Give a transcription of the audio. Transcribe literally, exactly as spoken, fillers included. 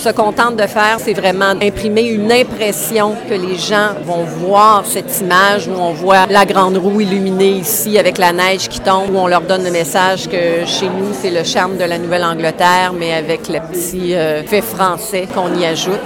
Se contente de faire, c'est vraiment imprimer une impression que les gens vont voir cette image où on voit la grande roue illuminée ici avec la neige qui tombe, où on leur donne le message que chez nous, c'est le charme de la Nouvelle-Angleterre, mais avec le petit euh, fait français qu'on y ajoute.